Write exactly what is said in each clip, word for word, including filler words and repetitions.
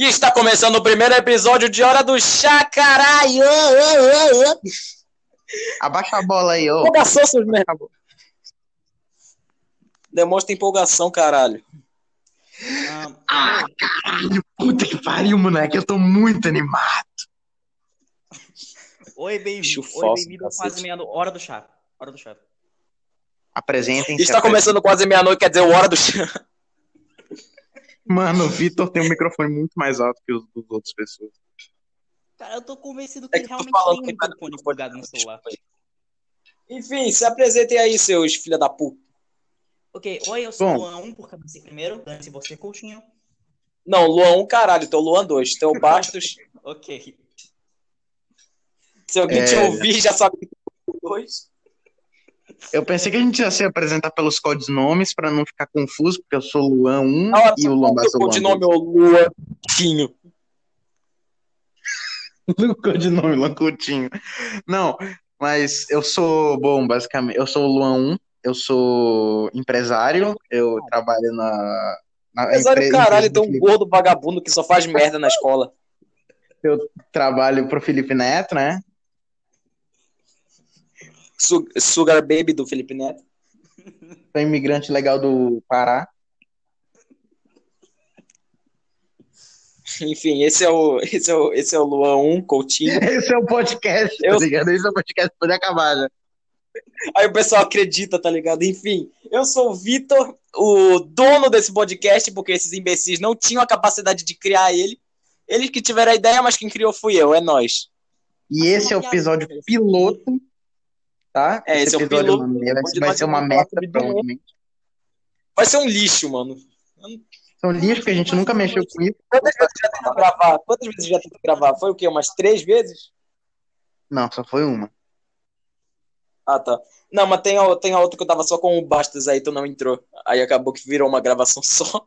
E está começando o primeiro episódio de Hora do Chá, caralho! Abaixa a bola aí, ô. Empolgação, seus merda. Demonstra empolgação, caralho. Ah, ah caralho, puta que pariu, moleque. Eu tô muito animado. Oi, bem-vindo. Oi, bem-vindo a quase meia Hora do Chá. Hora do Chá. Apresentem-se. Está começando quase meia-noite, quer dizer, Hora do Chá. Mano, o Vitor tem um microfone muito mais alto que os dos outras pessoas. Cara, eu tô convencido que É ele que eu tô realmente falando tem um que tá microfone no plugado no celular. Enfim, se apresentem aí, seus filha da puta. Ok, oi, eu sou Bom. o Luan um, porque eu nasci primeiro. Dane-se você, Coutinho. Não, Luan um, caralho, então Luan dois. Então Bastos. Ok. Se alguém É. te ouvir, já sabe que tem dois. Eu pensei que a gente ia se apresentar pelos codinomes pra não ficar confuso, porque eu sou o Luan um Ah, e o Luan Bastos é o Luan codinome dois. é o Luantinho. O codinome, Luan Coutinho. Não, mas eu sou, bom, basicamente, eu sou o Luan um, eu sou empresário, eu trabalho na... na Apesar do empre- caralho, empresa do tem um Felipe. gordo vagabundo que só faz merda na escola. Eu trabalho pro Felipe Neto, né? Su- Sugar Baby do Felipe Neto. Sou imigrante legal do Pará. Enfim, esse é o, esse é o, esse é o Luan um, Coutinho. Esse é o podcast, Eu- tá ligado? Esse é o podcast, pode acabar, né? Aí o pessoal acredita, tá ligado? Enfim, eu sou o Vitor, o dono desse podcast, porque esses imbecis não tinham a capacidade de criar ele. Eles que tiveram a ideia, mas quem criou fui eu, é nós. E esse é o episódio piloto, tá? É, esse é o episódio, piloto, mano, vai, onde vai nós ser uma vamos falar meta, sobre doença. provavelmente. Vai ser um lixo, mano. São lixos, porque a gente nunca mexeu com isso. Quantas vezes já tentou gravar? Quantas vezes já tentou gravar? Foi o quê? Umas três vezes? Não, só foi uma. Ah, tá. Não, mas tem a, tem a outra que eu tava só com o Bastos aí, tu não entrou. Aí acabou que virou uma gravação só.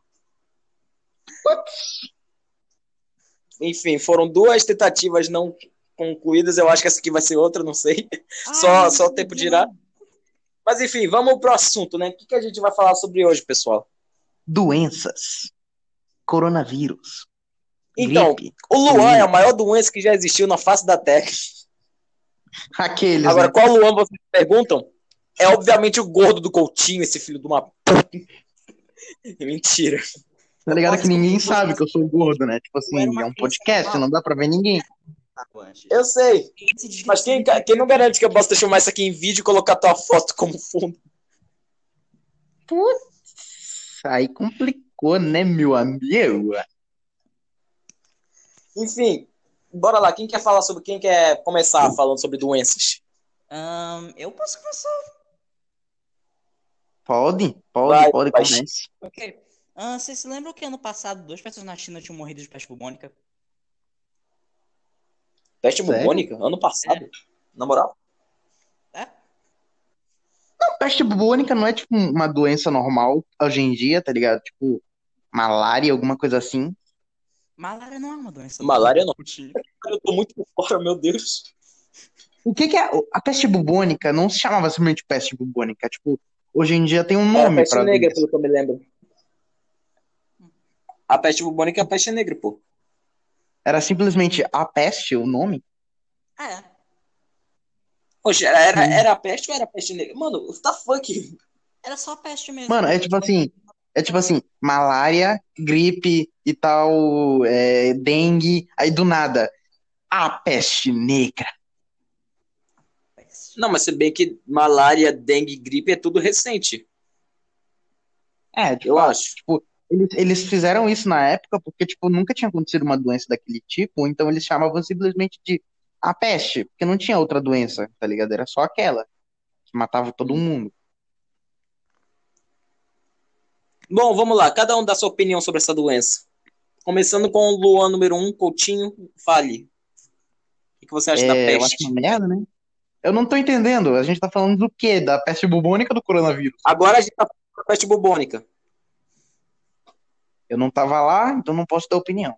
Enfim, foram duas tentativas não concluídas. Eu acho que essa aqui vai ser outra, não sei. Só, só o tempo dirá. Mas enfim, vamos pro assunto, né? O que, que a gente vai falar sobre hoje, pessoal? Doenças. Coronavírus. Então, gripe, o Luan suíno. é a maior doença que já existiu na face da Terra. Aqueles, Agora, né? qual Luan vocês perguntam? É obviamente o gordo do Coutinho, esse filho de uma puta. Mentira. Tá ligado que ninguém sabe que eu sou gordo, né? Tipo Eu era assim, uma é um criança podcast, normal. não dá pra ver ninguém. Eu sei. Mas quem, quem não garante que eu posso transformar isso aqui em vídeo e colocar tua foto como fundo? Putz, aí complicou, né, meu amigo? Enfim, bora lá. Quem quer falar sobre... Quem quer começar falando sobre doenças? Ahn, eu posso começar. Pode, pode, Vai, pode, vai. comece. Ok. Ahn, vocês se lembram que ano passado duas pessoas na China tinham morrido de peste bubônica? Peste Sério? bubônica? Ano passado? Na moral? É? Peste bubônica não é tipo uma doença normal hoje em dia, tá ligado? Tipo, malária, alguma coisa assim. Malária não é uma doença. Malária não. Coutinho. Eu tô muito por fora, meu Deus. O que que é? A peste bubônica não se chamava simplesmente peste bubônica. Tipo, hoje em dia tem um É a nome peste pra negra, doença. pelo que eu me lembro. A peste bubônica é a peste negra, pô. Era simplesmente a peste o nome? Ah, é. Poxa, era, era, Hum. era a peste ou era a peste negra? Mano, what the fuck? Era só peste mesmo. Mano, é tipo assim, é tipo assim, malária, gripe e tal, é, dengue, aí do nada, a peste negra. Peste. Não, mas se bem que malária, dengue, gripe é tudo recente. É, de Eu fato, acho. tipo, eles, eles fizeram isso na época porque, tipo, nunca tinha acontecido uma doença daquele tipo, então eles chamavam simplesmente de a peste, porque não tinha outra doença, tá ligado? Era só aquela, que matava todo mundo. Bom, vamos lá. Cada um dá sua opinião sobre essa doença. Começando com o Luan número um, Coutinho, fale. O que que você acha da É, eu acho peste? uma merda, né? Eu não tô entendendo, a gente tá falando do quê? Da peste bubônica ou do coronavírus? Agora a gente tá falando da peste bubônica. Eu não tava lá, então não posso dar opinião.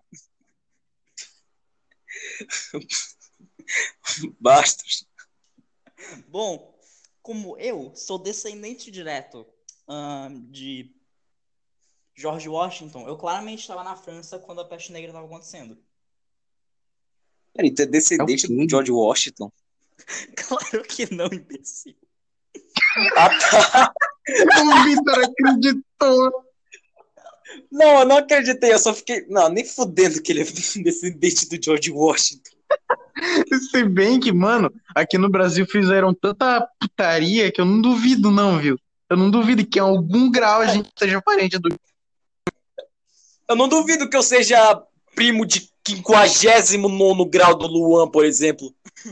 Bastos. Bom, como eu sou descendente direto ahn, de George Washington, eu claramente estava na França quando a peste negra estava acontecendo. Peraí, tu é É o descendente do quê? George Washington? Claro que não, imbecil. Ah, tá. O Vitor acreditou. Não, eu não acreditei, eu só fiquei. Não, nem fudendo que ele é descendente do George Washington. Se bem que, mano, aqui no Brasil fizeram tanta putaria que eu não duvido, não, viu? Eu não duvido que em algum grau a gente seja parente do. Eu não duvido que eu seja primo de quinquagésimo nono grau do Luan, por exemplo.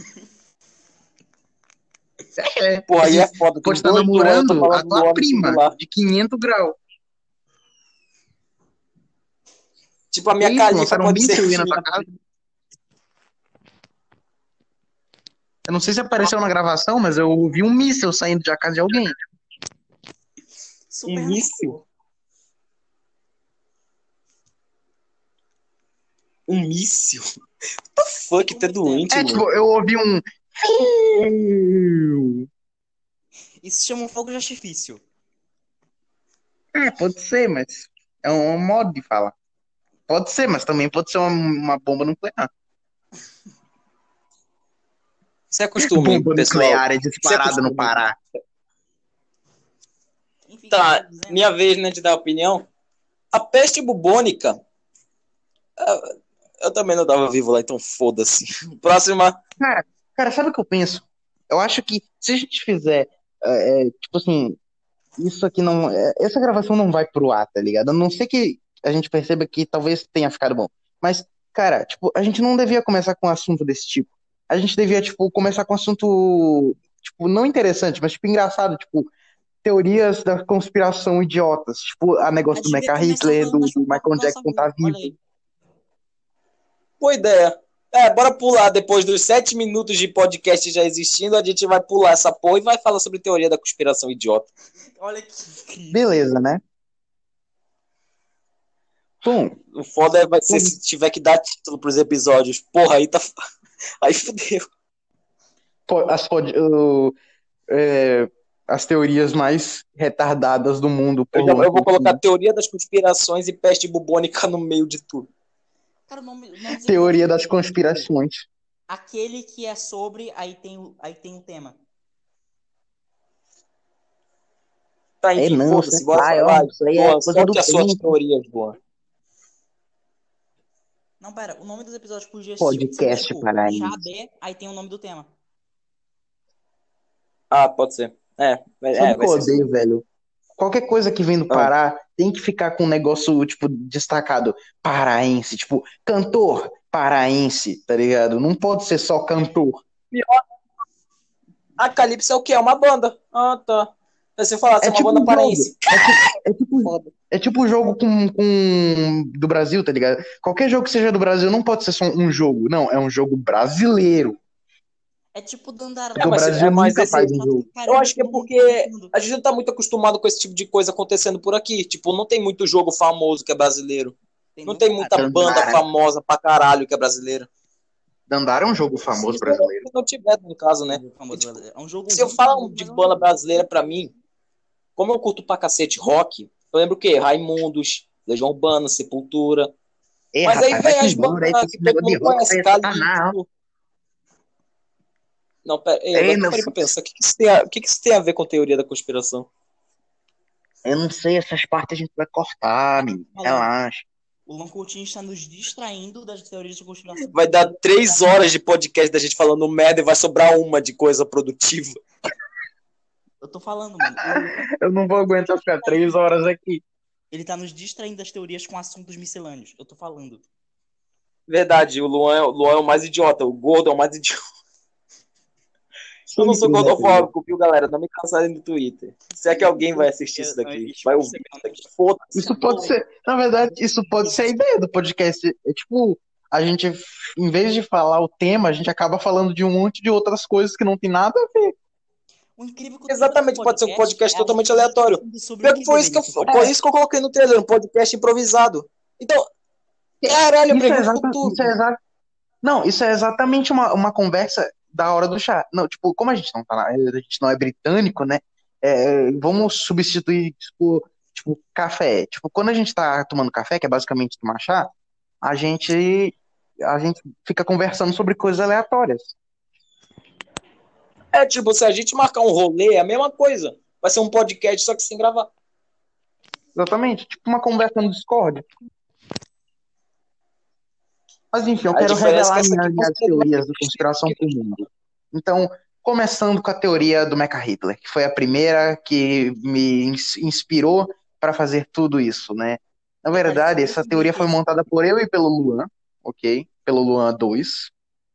É, Pô, aí é foda, pode tem estar dois Luan, eu tô namorando a falando tua Luan no prima singular. de quinhentos graus. Tipo, a Que minha isso, califa lançaram um pode ser míssil aí na tua minha casa? Eu não sei se apareceu na gravação, mas eu ouvi um míssil saindo da casa de alguém. um míssil. Um míssil? What the fuck, tu é doente, É, Luan. tipo, eu ouvi um. Isso se chama um fogo de artifício. É, pode ser, mas é um modo de falar. Pode ser, mas também pode ser uma, uma bomba nuclear. Se acostume, Bomba pessoal. nuclear é Se disparada no acostume. Pará. Enfim, Tá, o que eu tô dizendo- minha vez, né, de dar opinião. A peste bubônica. ah, Eu também não tava vivo lá, então foda-se. Próxima. Cara, cara, sabe o que eu penso? Eu acho que se a gente fizer, é, é, tipo assim, isso aqui não. é, essa gravação não vai pro ar, tá ligado? A não ser que a gente perceba que talvez tenha ficado bom. Mas, cara, tipo, a gente não devia começar com um assunto desse tipo. A gente devia, tipo, começar com um assunto, tipo, não interessante, mas, tipo, engraçado, tipo, teorias da conspiração idiotas. Tipo, a negócio A do gente devia Mecha começar Hitler, falando do, das do fofocas Michael da nossa Jackson tá rua. Olha vivo. aí. Boa ideia. É, bora pular. Depois dos sete minutos de podcast já existindo, a gente vai pular essa porra e vai falar sobre teoria da conspiração idiota. Olha que incrível. Beleza, né? Bom, O foda é- vai ser Bom. se tiver que dar título pros episódios. Porra, aí tá. Aí fudeu. po- as, pod- o- é, as teorias mais retardadas do mundo por Eu, já- eu vou colocar Lonquinho. teoria das conspirações e peste bubônica no meio de tudo. Cara, o nome, o nome dos Teoria episódios das é conspirações. aquele que é sobre, aí tem, o- aí tem o tema. Tá, É enfim, não, foda-se, sei bora lá, falar. ó, isso aí é Luan, coisa do solte as suas tempo. teorias, Luan. Não, pera, o nome dos episódios podia ser Podcast tipo paraense. chá B, aí tem o nome do tema. Ah, pode ser. É, vai- Sabe é, o que vai eu ser isso. odeio, velho? Qualquer coisa que vem do Ah. Pará tem que ficar com um negócio, tipo, destacado. Paraense, tipo, cantor paraense, tá ligado? Não pode ser só cantor. A Calypso é o quê? É uma banda. Ah, tá. Você falar, você é É uma tipo banda um jogo. paraense. É tipo, é tipo, Foda. é tipo um jogo com, com do Brasil, tá ligado? Qualquer jogo que seja do Brasil não pode ser só um jogo. Não, é um jogo brasileiro. É tipo Dandara. Porque o mas- Brasil é, mas nunca esse- faz um jogo. Eu acho que é porque a gente não tá muito acostumado com esse tipo de coisa acontecendo por aqui. Tipo, não tem muito jogo famoso que é brasileiro. Não tem muita Dandara. banda famosa pra caralho que é brasileira. Dandara é um jogo famoso brasileiro. Se não tiver, no caso, né? É um jogo. Se eu falar de banda brasileira pra mim, como eu curto pra cacete rock, eu lembro o quê? Raimundos, Legião Urbana, Sepultura. É, Mas aí rapaz, vem vai as embora, aí bandas esse que todo negócio de mundo rock conhece, vai satanás. Calypso. Não, pera, ei, Ei, agora que meu eu parei pra filho. pensar, o que, que, isso tem a, o que, que isso tem a ver com teoria da conspiração? Eu não sei, essas partes a gente vai cortar, menino. Relaxa. O Luan Coutinho está nos distraindo das teorias de conspiração. Vai dar três horas de podcast da gente falando merda e vai sobrar uma de coisa produtiva. Eu tô falando, mano. o- Eu não vou aguentar ficar três horas aqui. Ele tá nos distraindo das teorias com assuntos miscelâneos. Eu tô falando. Verdade, o Luan, é- o Luan é o mais idiota, o gordo é o mais idiota. Eu não sou gordofóbico, viu, galera? Não me cansarem no Twitter. Se é que alguém vai assistir isso daqui, vai ouvir isso daqui, foda-se. Isso pode ser, na verdade, isso pode ser a ideia do podcast. É tipo, a gente, em vez de falar o tema, a gente acaba falando de um monte de outras coisas que não tem nada a ver. O incrível é que o Exatamente, tema do pode ser um podcast é a totalmente gente aleatório. discutindo sobre Pior o que foi isso que eu, deveria ser foi isso que eu coloquei no trailer, um podcast improvisado. Então, caralho, eu Isso é, previ o exata, futuro. isso é exa- Não, isso é exatamente uma, uma conversa da hora do chá. Não, tipo, como a gente não tá na, a gente não é britânico, né? É, vamos substituir, tipo, Tipo, café. Tipo, quando a gente tá tomando café, que é basicamente tomar chá, a gente, a gente fica conversando sobre coisas aleatórias. É tipo, se a gente marcar um rolê, é a mesma coisa. Vai ser um podcast, só que sem gravar. Exatamente. Tipo uma conversa no Discord. Mas enfim, eu A quero diferença é que revelar essa minhas, aqui com minhas certeza vai ter teorias da conspiração para o mundo. Então, começando com a teoria do Mecha Hitler, que foi a primeira que me ins- inspirou para fazer tudo isso, né? Na E, cara, verdade, foi essa teoria justamente foi isso. montada por eu e pelo Luan, ok? Pelo Luan dois.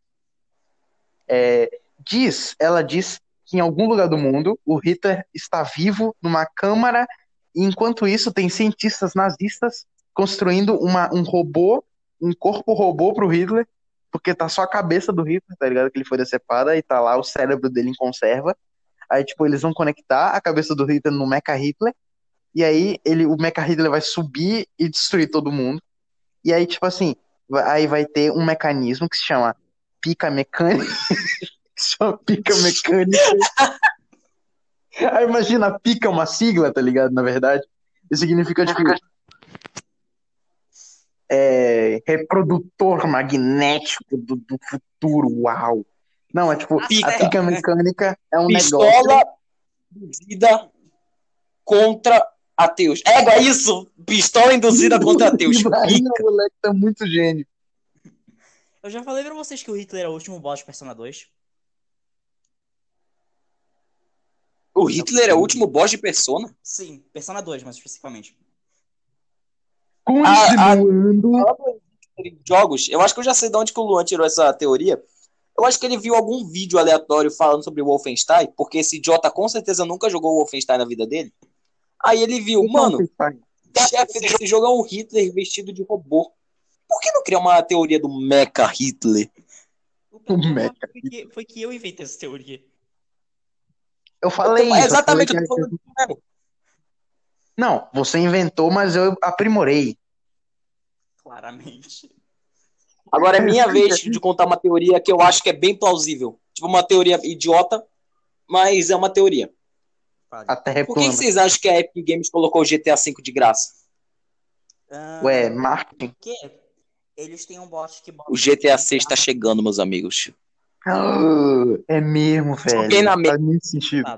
Diz, ela diz que em algum lugar do mundo o Hitler está vivo numa câmara e enquanto isso tem cientistas nazistas construindo uma, um robô, um corpo robô pro Hitler, porque tá só a cabeça do Hitler, tá ligado? Que ele foi decepada e tá lá o cérebro dele em conserva. Aí, tipo, eles vão conectar a cabeça do Hitler no Mecha Hitler e aí ele, o Mecha Hitler vai subir e destruir todo mundo. E aí, tipo assim, vai- aí vai ter um mecanismo que se chama pica mecânica, que se chama pica mecânica. Aí imagina, pica é uma sigla, tá ligado? Na verdade, isso significa, tipo, é, reprodutor magnético do, do futuro, uau. Não, é tipo, a pica. pica mecânica é um negócio. Pistola induzida contra ateus. É, é isso! Pistola induzida contra ateus. Aí o Pica. moleque tá muito gênio. Eu já falei pra vocês que o Hitler é o último boss de Persona dois. O Hitler é o último boss de Persona? Sim, Persona dois, mais especificamente. A, a, Continuando. em jogos, eu acho que eu já sei de onde que o Luan tirou essa teoria. Eu acho que ele viu algum vídeo aleatório falando sobre o Wolfenstein, porque esse idiota com certeza nunca jogou o Wolfenstein na vida dele. Aí ele viu, O que é um mano, freestyle? o chefe desse jogo é um Hitler vestido de robô. Por que não criar uma teoria do Mecha Hitler? O O pior Mecha. foi que, foi que eu inventei essa teoria. Eu Eu falei tô, é isso, eu falei exatamente que. o que eu tô falando mesmo. Não, você inventou, mas eu aprimorei. Claramente. Agora é minha Explica. vez de contar uma teoria que eu acho que é bem plausível. Tipo, uma teoria idiota, mas é uma teoria. A Terra é Por que, que plana. vocês acham que a Epic Games colocou o G T A V de graça? Ah, Ué, marketing. porque eles têm um bot que O bota G T A seis tá chegando, meus amigos. Ah, é mesmo, Joguei na velho. mesa, Faz muito sentido.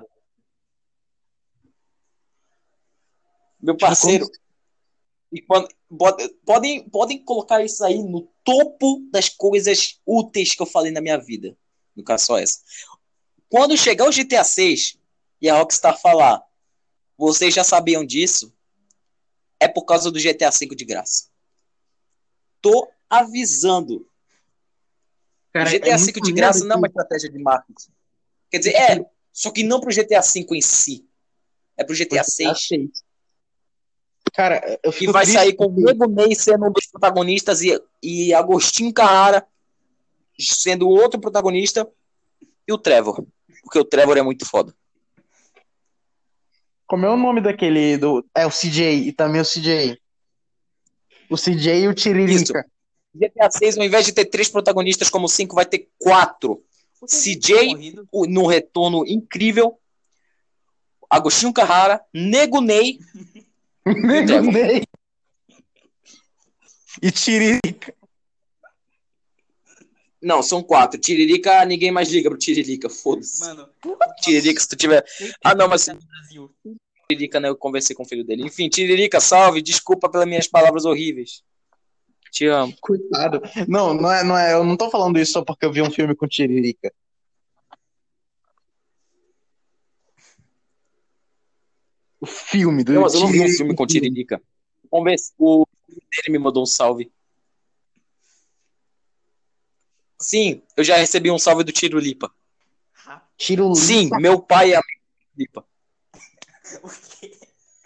meu Tipo, quando... parceiro. E quando, podem, podem colocar isso aí no topo das coisas úteis que eu falei na minha vida. No caso, só essa. Quando chegar o G T A seis e a Rockstar falar, vocês já sabiam disso, é por causa do G T A V de graça. Tô avisando. Cara, O é G T A V muito de merda graça não é uma que... estratégia de marketing. Quer dizer, é, só que não pro G T A V em si. É pro o G T A G T A seis. seis. Cara, eu Que fico vai triste sair com o porque... Nego Ney sendo um dos protagonistas e, e Agostinho Carrara sendo outro protagonista e o Trevor. Porque o Trevor é muito foda. Como é o nome daquele... Do... É o C J e também o C J. O C J e o Isso. Tiririca. G T A seis, ao invés de ter três protagonistas como cinco, vai ter quatro. C J no retorno incrível. Agostinho Carrara, Nego Ney Nego Ney. E Tiririca. Não, são quatro. Tiririca, ninguém mais liga pro Tiririca, foda-se. Mano, Tiririca, se tu tiver. Ah, não, mas Tiririca, né? Eu conversei com o filho dele. Enfim, Tiririca, salve. Desculpa pelas minhas palavras horríveis. Te amo. Coitado. Não, não é, não é, eu não tô falando isso só porque eu vi um filme com Tiririca. O filme do Não, mas eu não vi um Tiririca. filme com Tiririca. Converse... O filho dele me mandou um salve. Sim, eu já recebi um salve do Tirulipa. Tirolipa. Sim, meu pai é amigo do Lipa. O quê?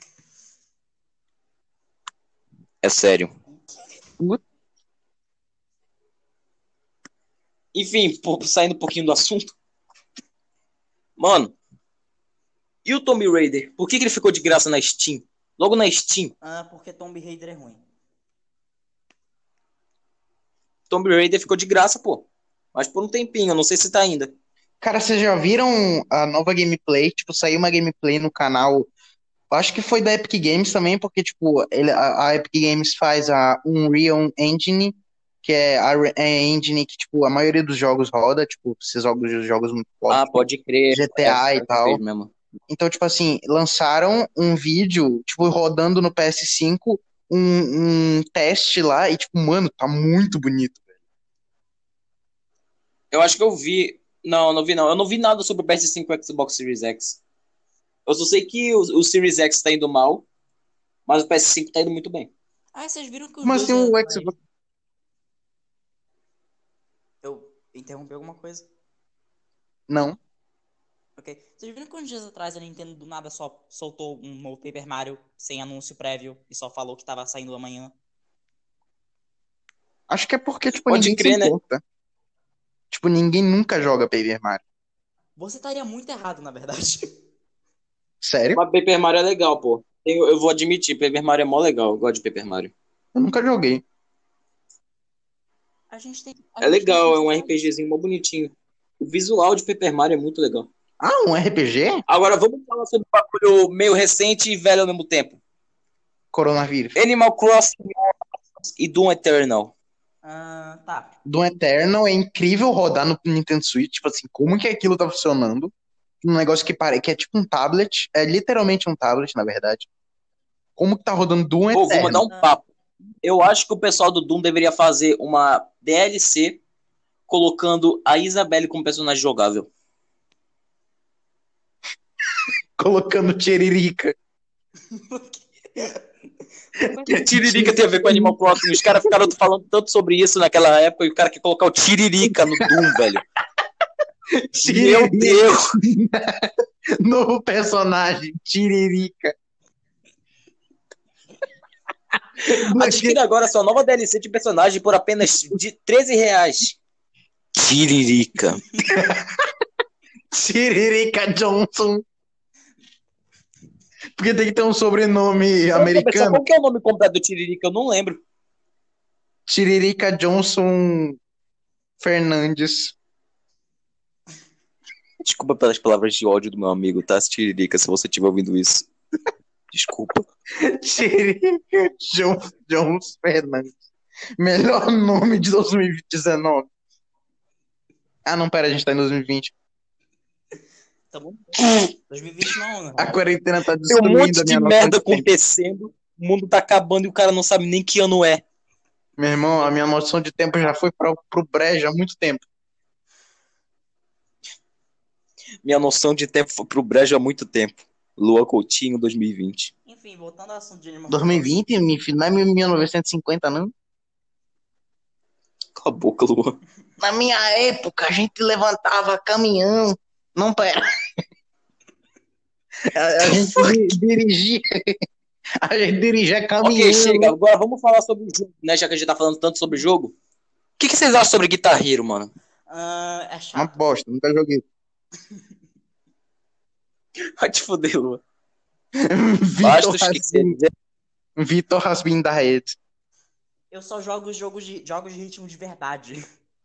É sério. Enfim, pô, saindo um pouquinho do assunto. Mano, e o Tomb Raider? Por que, que ele ficou de graça na Steam? Logo na Steam. Ah, porque Tomb Raider é ruim. Tomb Raider ficou de graça, pô. Mas por um tempinho, eu não sei se tá ainda. Cara, vocês já viram a nova gameplay? Tipo, saiu uma gameplay no canal Eu acho que foi da Epic Games também, porque, tipo, ele, a, a Epic Games faz a Unreal Engine, que é a, re- é a engine que, tipo, a maioria dos jogos roda, tipo, esses jogos, jogos muito foda, Ah, tipo, pode crer. É, G T A e pior que fez tal. mesmo. Então, tipo assim, lançaram um vídeo, tipo, rodando no P S cinco, um, um teste lá, e, tipo, mano, tá muito bonito. Eu acho que eu vi. Não, não vi não. Eu não vi nada sobre o P S cinco e o Xbox Series X. Eu só sei que o, o Series X tá indo mal, mas o P S cinco tá indo muito bem. Ah, vocês viram que os Como dois assim o dias atrás... Xbox? Eu interrompi alguma coisa? Não. Ok. Vocês viram que uns dias atrás a Nintendo do nada só soltou um novo Paper Mario sem anúncio prévio e só falou que tava saindo amanhã? Acho que é porque, tipo, Pode ninguém se crer, né? importa. Tipo, ninguém nunca joga Paper Mario. Você estaria muito errado, na verdade. Sério? Mas Paper Mario é legal, pô. Eu, eu vou admitir, Paper Mario é mó legal. Eu gosto de Paper Mario. Eu nunca joguei. A gente tem, a É gente tem que legal, é um jogar isso. RPGzinho mó bonitinho. O visual de Paper Mario é muito legal. Ah, um R P G? Agora vamos falar sobre um bagulho meio recente e velho ao mesmo tempo. Coronavírus. Animal Crossing e Doom Eternal. Ah, tá. Doom Eternal é incrível rodar no Nintendo Switch. Tipo assim, como que aquilo tá funcionando? Um negócio que, pare... que é tipo um tablet. É literalmente um tablet, na verdade. Como que tá rodando Doom Pô, vou mandar Eternal? um papo. Eu acho que o pessoal do Doom deveria fazer uma D L C colocando a Isabelle como personagem jogável. Colocando Tiririca. Que a Tiririca tem a ver com Animal Crossing? Os caras ficaram falando tanto sobre isso naquela época e o cara quer colocar o Tiririca no Doom, velho. Meu Deus! Novo personagem, Tiririca. Adquira agora sua nova D L C de personagem por apenas de treze reais. Tiririca. Tiririca Johnson. Porque tem que ter um sobrenome Pra começar, americano. qual que é o nome completo do Tiririca? Eu não lembro. Tiririca Johnson Fernandes. Desculpa pelas palavras de ódio do meu amigo, tá? Tiririca, se você estiver ouvindo isso. Desculpa. Tiririca John, Jones Fernandes. Melhor nome de dois mil e dezenove. Ah, não, pera, a gente tá em dois mil e vinte. Tá bom? dois mil e vinte não, né? A quarentena tá Tem um destruindo monte a de minha noção merda de tempo. acontecendo, o mundo tá acabando e o cara não sabe nem que ano é. Meu irmão, a minha noção de tempo já foi pra, pro brejo há muito tempo. Minha noção de tempo foi pro brejo há muito tempo. Lua Coutinho, dois mil e vinte. Enfim, voltando ao assunto de Animal dois mil e Crossing. vinte, meu filho, não é mil novecentos e cinquenta, não? Cala a boca, Lua. Na minha época, a gente levantava caminhão. Não, pera. A, a gente di- dirigia. A gente dirigia caminhão. Ok, chega. Agora vamos falar sobre o jogo, né? Já que a gente tá falando tanto sobre o jogo. O que, que vocês acham sobre Guitar Hero, mano? Ah, é Uma chato. bosta, nunca joguei. Vai te fuder, Lua. Vitor Bastos, o que, que você ia Rasbin, dizer? Vitor Rasbin da rede. Eu só jogo jogos de, jogos de ritmo de verdade.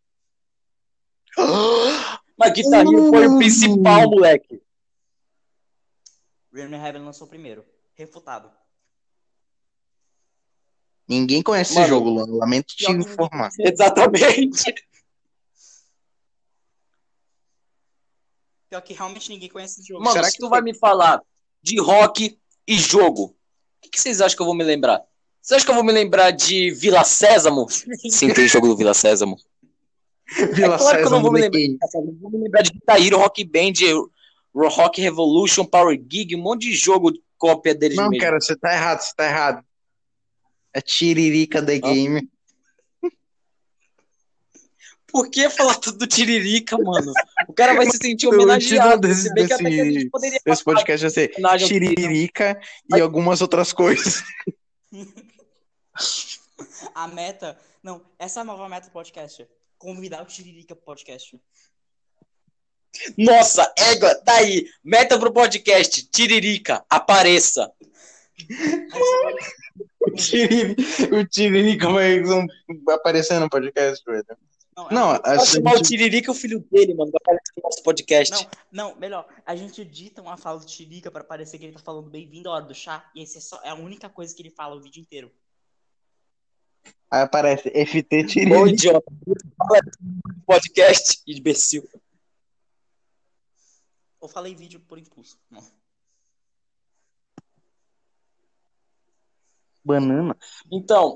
Mas Guitar Hero foi o principal, moleque. Realm Heaven lançou primeiro. Refutado. Ninguém conhece esse Mano, jogo, Luan. Lamento te pior que ninguém informar. Exatamente. Pior que realmente ninguém conhece esse jogo. Mano, Será se que tu foi- vai me falar de rock e jogo, o que, que vocês acham que eu vou me lembrar? Vocês acham que eu vou me lembrar de Vila Sésamo? Sim, tem jogo do Vila Sésamo. Vila É claro que eu não Sésamo, vou me The lembrar. Game. Eu vou me lembrar de Guitar Hero, Rock Band, Rock Revolution, Power Gig, um monte de jogo de cópia deles Não, mesmo. cara, você tá errado, você tá errado. É Tiririca The Game. Por que falar tudo do Tiririca, mano? O cara vai se sentir O título homenageado. desse, Se bem que até que a gente desse, poderia desse falar podcast vai ser homenagem ao Tiririca e algumas outras coisas. A meta... Não, essa é a nova meta do podcast. Convidar o Tiririca pro podcast. Nossa, égua, tá aí. Meta pro podcast. Tiririca, apareça. O Tiririca, o Tiririca vai um, aparecer no podcast, velho. Não, é uma Não, coisa. a Vai chamar o gente, Tiririca e o filho dele, mano, vai aparecer no nosso podcast. Não, não, melhor. A gente edita uma fala do Tirica pra parecer que ele tá falando bem-vindo à hora do chá. E esse é, só, é a única coisa que ele fala o vídeo inteiro. aí aparece F T Ô, Tiririca. idiota. Fala no podcast, imbecil. Eu falei vídeo por impulso. Não. Banana. Então,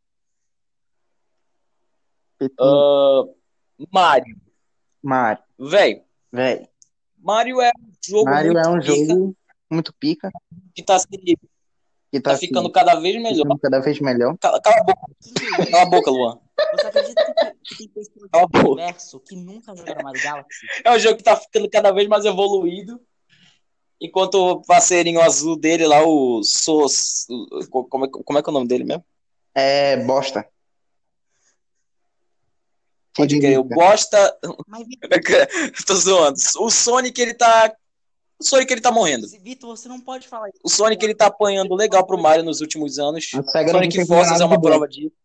Pepino. ah, Mario. Mario. Véi, Velho. Mario é um jogo Mario é muito um pica, jogo muito pica, que tá, se, que tá tá ficando assim, cada vez melhor. ficando cada vez melhor. Cala, cala a boca, Quem diria? cala a boca, Luan. Você acredita que, que tem pessoas Cala a do boca. universo que nunca jogaram Mario Galaxy? É um jogo que tá ficando cada vez mais evoluído. Enquanto o parceirinho azul dele lá, o Sos. o- Como é, como é que é o nome dele mesmo? É bosta. Pode crer, o Tiririca. Bosta. Mas, Tô zoando. O Sonic, ele tá. O Sonic, ele tá morrendo. Vitor, você não pode falar isso. O Sonic, ele tá apanhando legal pro Mario nos últimos anos. A SEGA não Sonic consegue fazer Forces nada é uma de bom. prova disso.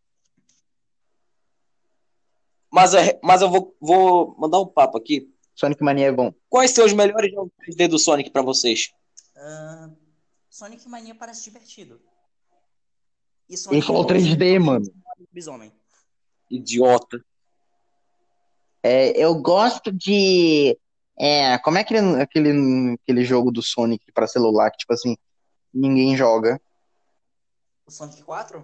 Mas, é- mas eu vou, vou mandar um papo aqui. Sonic Mania é bom. Quais são os melhores jogos três D do Sonic pra vocês? Ah, Sonic Mania parece divertido. E Ele Sonic falou Forces três D, mano. Lobisomem. Idiota. É, eu gosto de. É, como é aquele, aquele, aquele jogo do Sonic pra celular que, tipo assim, ninguém joga? O Sonic quatro?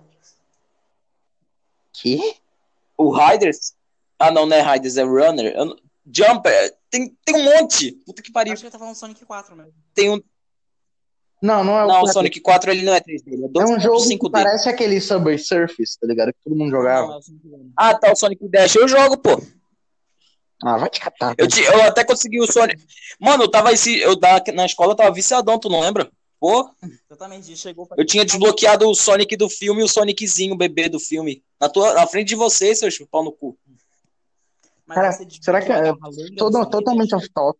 Que? O Riders? Ah, não, não é Riders, é Runner. Eu não- Jumper. Tem, tem um monte. Puta que pariu. Acho que ele tá falando Sonic quatro mesmo. Tem um. Não, não é o Não, o quatro. Sonic quatro ele não é três D, ele é É um jogo que dois ponto cinco D. parece aquele Subway Surface, tá ligado? Que todo mundo Não, não, jogava. é o Sonic Runner. Ah, tá, o Sonic Dash. Eu jogo, pô. Ah, vai te catar. Eu, te- eu até consegui o Sonic. Mano, eu tava esse, eu da- na escola eu tava viciadão, tu não lembra? Pô, Exatamente, chegou pra... eu tinha desbloqueado o Sonic do filme e o Soniczinho, o bebê do filme. Na, tua, na frente de vocês, seu chupau no cu. Mas Cara, você será que desbloqueou é a garra longa do todo, Sonic totalmente Dash? off-top?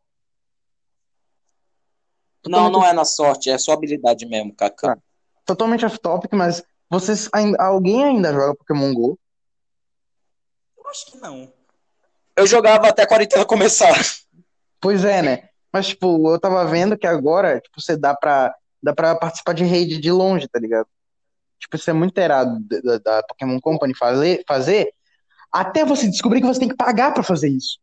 Não, Totalmente, não é na sorte, é só habilidade mesmo, Kaká. ah, totalmente off-topic, mas vocês ainda, alguém ainda joga Pokémon Go? Eu acho que não. Eu jogava até a quarentena começar. Pois é, né? Mas, tipo, eu tava vendo que agora, tipo, você dá pra, dá pra participar de raid de longe, tá ligado? Tipo, isso é muito errado da, da- da Pokémon Company fazer, fazer, até você descobrir que você tem que pagar pra fazer isso.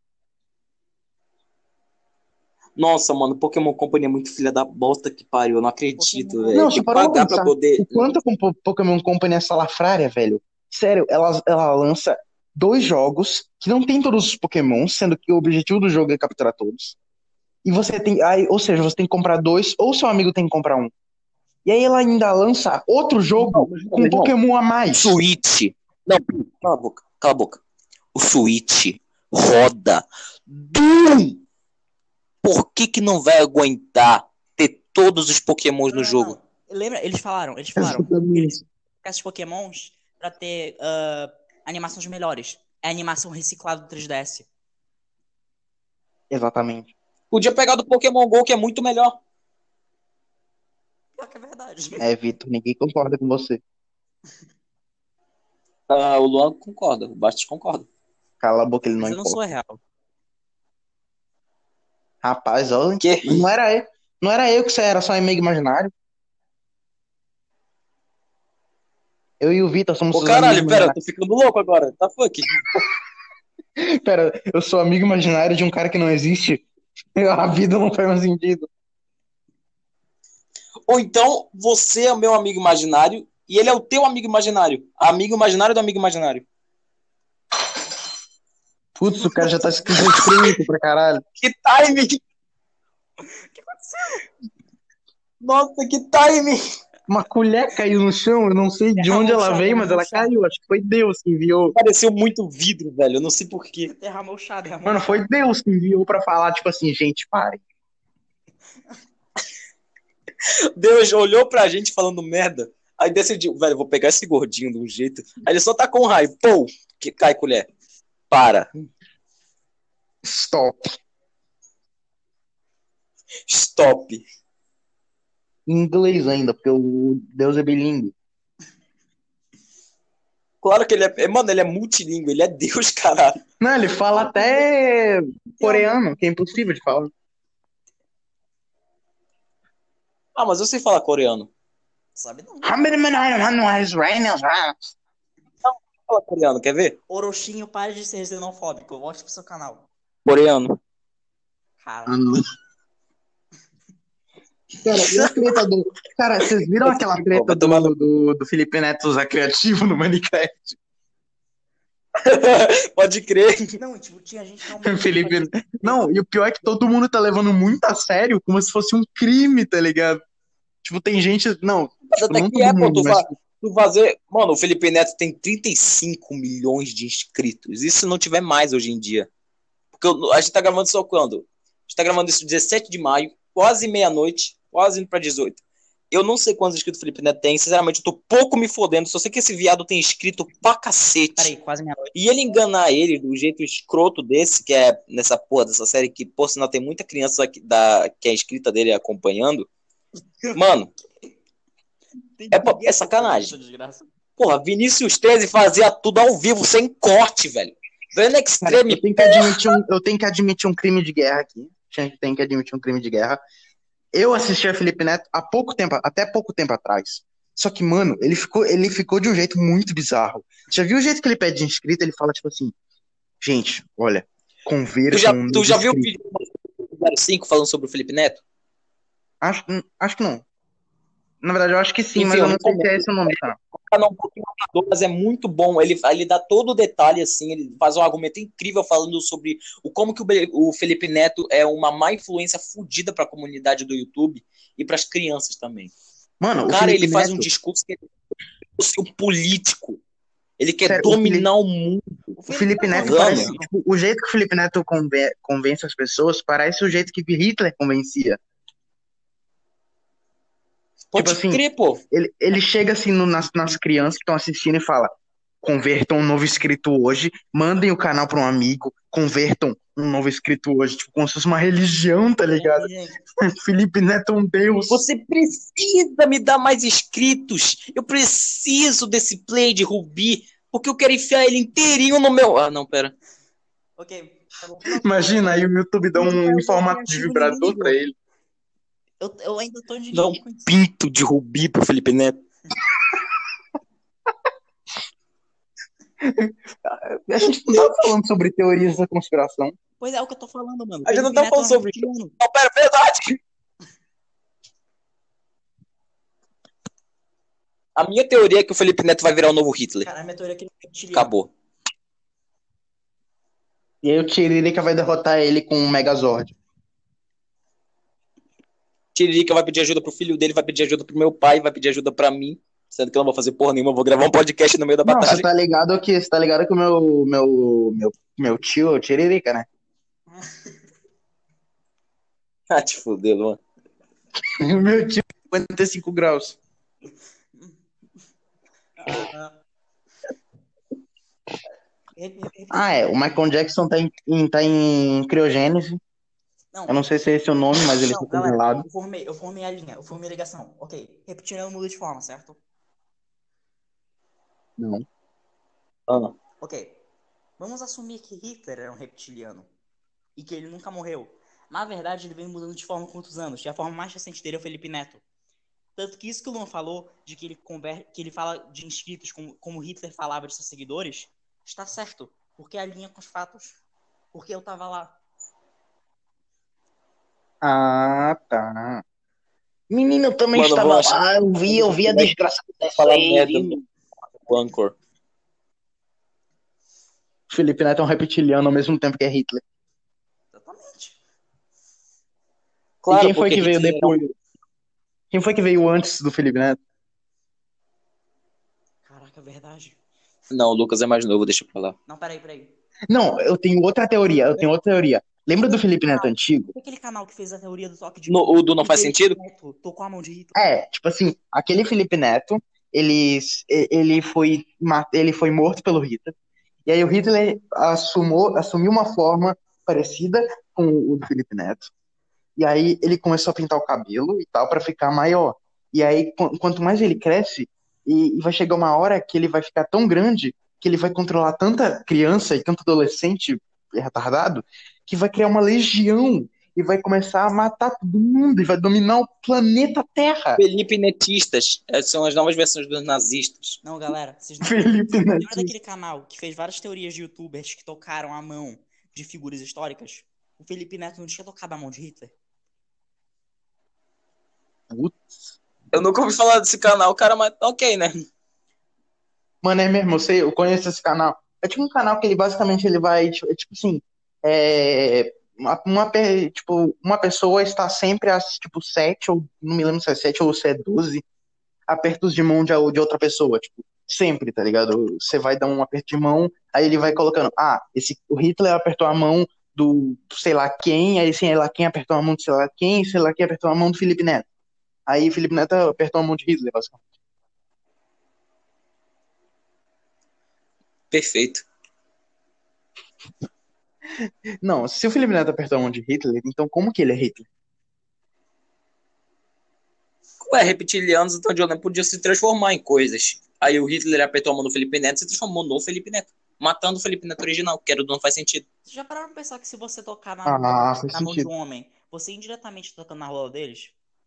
Nossa, mano, Pokémon Company é muito filha da bosta que pariu. Eu não acredito, Pokémon velho. Não, Tem você que parou pra pagar pra pensar poder. o quanto a Po- Pokémon Company é salafrária, velho. Sério, ela, ela lança dois jogos que não tem todos os Pokémons, sendo que o objetivo do jogo é capturar todos. E você tem, aí, ou seja, você tem que comprar dois, ou seu amigo tem que comprar um. E aí ela ainda lança outro jogo Não, com não. Pokémon a O mais. Switch. Não, cala a boca, cala a boca. O Switch roda Doom. Por que que não vai aguentar ter todos os Pokémons Não, no não, jogo? não. Lembra? Eles falaram, eles falaram. Exatamente. Eles colocaram esses Pokémons pra ter ah, animações melhores. É animação reciclada do três D S. Exatamente. Podia pegar do Pokémon GO, que é muito melhor. Pior que é verdade. É, Vitor, ninguém concorda com você. Ah, o Luan concorda, o Bastos concorda. Cala a boca, ele não Mas eu não importa. sou real. Rapaz, olha, Que? mas não era eu. Não era eu que você era só amigo imaginário. Eu e o Vitor somos Ô, seus amigos caralho, pera, eu imaginários. tô ficando louco agora. Tá fuck. Pera, eu sou amigo imaginário de um cara que não existe. A vida não faz mais sentido. Ou então, você é o meu amigo imaginário e ele é o teu amigo imaginário. Amigo imaginário do amigo imaginário. Putz, o cara já tá esquizofrênico pra caralho. Que timing! O que aconteceu? Nossa, que timing! Uma colher caiu no chão, eu não sei de Derramou onde o ela chá, veio, mas derramou ela o chá. caiu. Acho que foi Deus que enviou. Pareceu muito vidro, velho. Eu não sei porquê. Derramou o chá, derramou Mano, o chá. foi Deus que enviou pra falar, tipo assim, gente, parem. Deus olhou pra gente falando merda. Aí decidiu, velho, eu vou pegar esse gordinho de um jeito. Aí ele só tá com um raio. Pô, que cai colher. Para. Stop. Stop. Em inglês ainda, porque o Deus é bilíngue. Claro que ele é. Mano, ele é multilíngua, ele é Deus, caralho. Não, ele fala até coreano, que é impossível de falar. Ah, mas eu sei falar coreano. Sabe não. Fala coreano, quer ver? Orochinho, pare de ser xenofóbico. Volte pro seu canal. Coreano. Cara, Ah, não. Cara, e a treta do. Cara, vocês viram aquela treta Vai tomar no- do, do, do Felipe Neto usar criativo no Minecraft? Pode crer. não, tipo, tinha gente realmente. Felipe... Não, e o pior é que todo mundo tá levando muito a sério, como se fosse um crime, tá ligado? Tipo, tem gente. Não, Mas tipo, até não que todo é, pô, mundo, tu, mas. fa- tu fazer. Mano, o Felipe Neto tem trinta e cinco milhões de inscritos. E se não tiver mais hoje em dia? Porque eu- a gente tá gravando isso quando? A gente tá gravando isso dezessete de maio, quase meia-noite, quase indo pra dezoito. Eu não sei quantos inscritos o Felipe Neto tem, sinceramente, eu tô pouco me fodendo. Só sei que esse viado tem inscrito pra cacete. Peraí, quase meia-noite. E ele enganar ele do jeito escroto desse, que é nessa porra dessa série, que, por sinal, tem muita criança aqui da, que é inscrita dele acompanhando. Mano, é, pra- é sacanagem. Porra, Vinícius treze fazia tudo ao vivo, sem corte, velho. Vendo Cara, Extreme, eu tenho que admitir um, eu tenho que admitir um crime de guerra aqui. Gente, tem que admitir um crime de guerra. Eu assisti a Felipe Neto há pouco tempo, até pouco tempo atrás. Só que, mano, ele ficou, ele ficou de um jeito muito bizarro. Já viu o jeito que ele pede inscrito? Ele fala tipo assim: gente, olha, convertam tu já, um tu novo já viu o inscrito. vídeo do zero cinco falando sobre o Felipe Neto? Acho, hum, acho que não. Na verdade, eu acho que sim, Enfim, mas eu eu não sei se recomendo. é esse o nome, tá? Canal um pouquinho amador, mas é muito bom. Ele, ele dá todo o detalhe, assim, ele faz um argumento incrível falando sobre o como que o, Be- o Felipe Neto é uma má influência fodida para a comunidade do YouTube e para as crianças também. Mano, O o cara, Felipe ele faz um Neto, discurso que é um político. Ele quer sério, o Felipe, dominar o mundo. o Felipe Neto Neto parece, Gana. tipo, o jeito que o Felipe Neto conve- convence as pessoas parece o jeito que Hitler convencia. Pode Tipo assim, crer, pô. ele, ele chega assim no- nas, nas crianças que estão assistindo e fala: convertam um novo inscrito hoje, mandem o canal para um amigo, convertam um novo inscrito hoje, tipo, como se fosse uma religião, tá ligado? Felipe Neto é um deus. Você precisa me dar mais inscritos. Eu preciso desse play de Rubi, porque eu quero enfiar ele inteirinho no meu. Ah, não, pera. Ok. tá bom. Imagina, aí o YouTube dá um em formato de vibrador pra ele. Eu, eu ainda tô Dá indignado um com isso. pinto de Rubi pro Felipe Neto. A gente não tá falando sobre teorias da conspiração. Pois é, é o que eu tô falando, mano. A gente não Felipe tá Neto falando é um sobre isso. reptiliano. Não, pera, verdade. A minha teoria é que o Felipe Neto vai virar o novo Hitler. Cara, a minha teoria é que ele é reptiliano. Acabou. E aí o Tiririca vai derrotar ele com um Megazord. Tiririca vai pedir ajuda pro filho dele, vai pedir ajuda pro meu pai, vai pedir ajuda pra mim. Sendo que eu não vou fazer porra nenhuma, eu vou gravar um podcast no meio da Não, batalha. você tá ligado que, você tá ligado que o meu, meu, meu, meu tio é o Tiririca, né? Ah, te fudeu, mano. O meu tio é cinquenta e cinco graus. Ah, é. O Michael Jackson tá em, em- tá em criogênese. Não, Eu não sei se é esse o nome, mas ele não, tá galera, congelado. eu formei, eu formei a linha, eu formei a ligação. Ok, reptiliano muda de forma, certo? Não. Ah, Ok. Vamos assumir que Hitler era um reptiliano e que ele nunca morreu. Na verdade, ele vem mudando de forma há quantos anos? E a forma mais recente dele é o Felipe Neto. Tanto que isso que o Luan falou, de que ele, conver... que ele fala de inscritos como, como Hitler falava de seus seguidores, está certo. Porque alinha com os fatos. Porque eu tava lá. Ah, tá. Menino, eu também Mano, eu estava vou achar- lá. Eu vi, eu vi a desgraça falar acontecer. merda vi. no Anchor. Felipe Neto é um reptiliano ao mesmo tempo que é Hitler. Exatamente. E quem foi porque que veio Hitler depois? Quem foi que veio antes do Felipe Neto? Caraca, é verdade. Não, o Lucas é mais novo, deixa eu falar. Não, peraí, peraí. Não, eu tenho outra teoria. Eu tenho outra teoria. Lembra do Felipe Neto antigo? Foi aquele canal que fez a teoria do toque de No, o do Não Faz Felipe Sentido? Neto tocou a mão de Hitler. É, tipo assim, aquele Felipe Neto, ele, ele, foi, ma- ele foi morto pelo Hitler. E aí o Hitler assumou, assumiu uma forma parecida com o do Felipe Neto. E aí ele começou a pintar o cabelo e tal para ficar maior. E aí, qu- quanto mais ele cresce, E, e vai chegar uma hora que ele vai ficar tão grande que ele vai controlar tanta criança e tanto adolescente retardado que vai criar uma legião e vai começar a matar todo mundo e vai dominar o planeta Terra. Felipe Netistas. Essas são as novas versões dos nazistas. Não, galera, vocês não Felipe lembra Neto. daquele canal que fez várias teorias de youtubers que tocaram a mão de figuras históricas? O Felipe Neto não tinha tocado a mão de Hitler? Putz. Eu nunca ouvi falar desse canal, cara, mas ok, né? Mano, é mesmo, eu sei, eu conheço esse canal. É tipo um canal que ele basicamente ele vai, tipo, é tipo assim, é, uma, uma pe- tipo, uma pessoa está sempre a, tipo, sete, ou não me lembro se é sete ou se é doze apertos de mão de, de outra pessoa, tipo, sempre, tá ligado? Você vai dar um aperto de mão, aí ele vai colocando, ah, esse, o Hitler apertou a mão do sei lá quem, aí sei lá quem apertou a mão do sei lá quem, sei lá quem apertou a mão do Felipe Neto. Aí o Felipe Neto apertou a mão de Hitler, basicamente. Perfeito. Não, se o Felipe Neto apertou a mão de Hitler, então como que ele é Hitler? Ué, reptilianos, então, de eu lembro, podia se transformar em coisas. Aí o Hitler apertou a mão do Felipe Neto e se transformou no Felipe Neto. Matando o Felipe Neto original, que era, não faz sentido. Vocês já pararam pra pensar que se você tocar na, Ah, faz na mão de sentido. um homem, você indiretamente tá tocando na rola deles?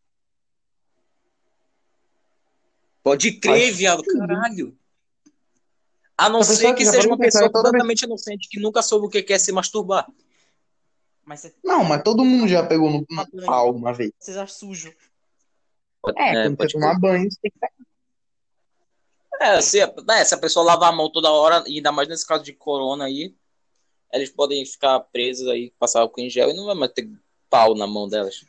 Pode Faz crer, viado, sentido. caralho. A não A ser pessoa que que já seja parou uma pra pensar pessoa em toda vez. completamente inocente que nunca soube o que é se masturbar. Mas você Não, mas todo mundo já pegou no, toma no banho, pau uma vez. você já sujo. Pode, É, é, quando você pode crer. tomar banho, você tem que É, se, né, se a pessoa lavar a mão toda hora, e ainda mais nesse caso de corona aí, eles podem ficar presos aí, passar álcool em gel e não vai mais ter pau na mão delas.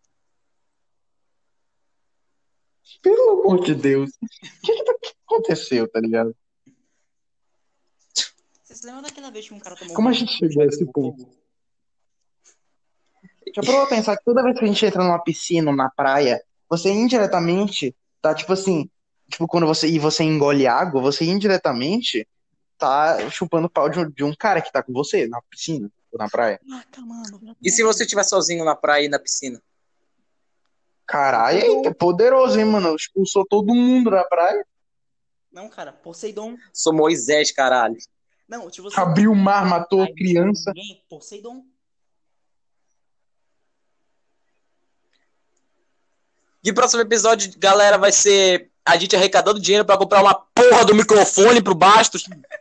pelo amor de Deus. O que, que, tá- que aconteceu, tá ligado? Vocês lembram daquela vez que um cara tomou Como a banho gente e chegou a esse pegou ponto? fogo? Já parou pra pensar que toda vez que a gente entra numa piscina, ou na praia, você indiretamente tá, tipo assim, tipo, quando você, e você engole água, você indiretamente tá chupando o pau de um, de um cara que tá com você na piscina ou na praia. Caraca, mano, E se você estiver sozinho na praia e na piscina? Caralho, Poseidon. é poderoso, hein, mano? Expulsou todo mundo da praia, Não, cara, Poseidon. Sou Moisés, caralho. Não, se você abriu o mar, matou aí não chegou criança. ninguém, Poseidon. E o próximo episódio, galera, vai ser a gente arrecadando dinheiro pra comprar uma porra do microfone pro Bastos.